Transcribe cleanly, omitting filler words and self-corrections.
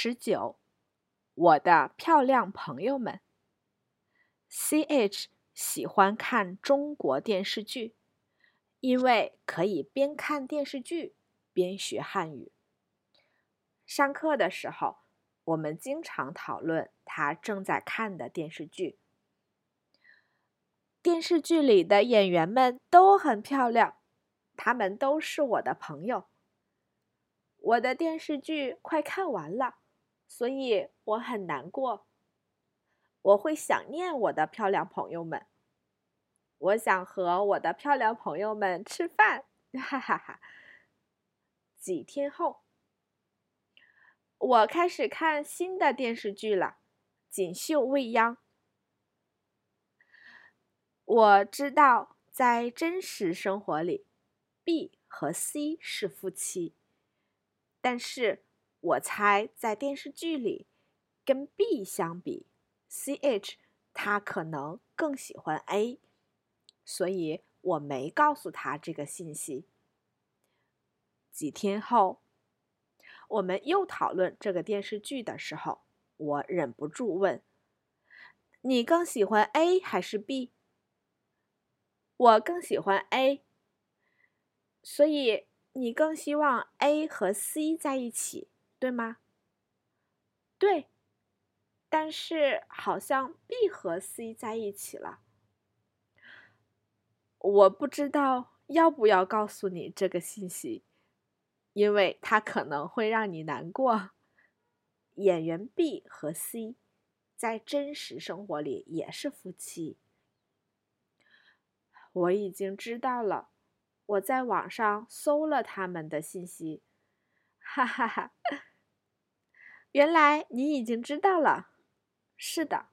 19，我的漂亮朋友们。CH 喜欢看中国电视剧，因为可以边看电视剧边学汉语。上课的时候，我们经常讨论他正在看的电视剧。电视剧里的演员们都很漂亮，他们都是我的朋友。我的电视剧快看完了，所以我很难过。我会想念我的漂亮朋友们。我想和我的漂亮朋友们吃饭，哈哈哈。几天后，我开始看新的电视剧了，《锦绣未央》。我知道在真实生活里 ，B 和 C 是夫妻，但是我猜在电视剧里，跟 B 相比 ，CH 他可能更喜欢 A， 所以我没告诉他这个信息。几天后，我们又讨论这个电视剧的时候，我忍不住问：“你更喜欢 A 还是 B？” 我更喜欢 A， 所以你更希望 A 和 C 在一起，对吗？对，但是好像 B 和 C 在一起了。我不知道要不要告诉你这个信息，因为它可能会让你难过。演员 B 和 C 在真实生活里也是夫妻。我已经知道了，我在网上搜了他们的信息。哈哈哈，原来你已经知道了。是的，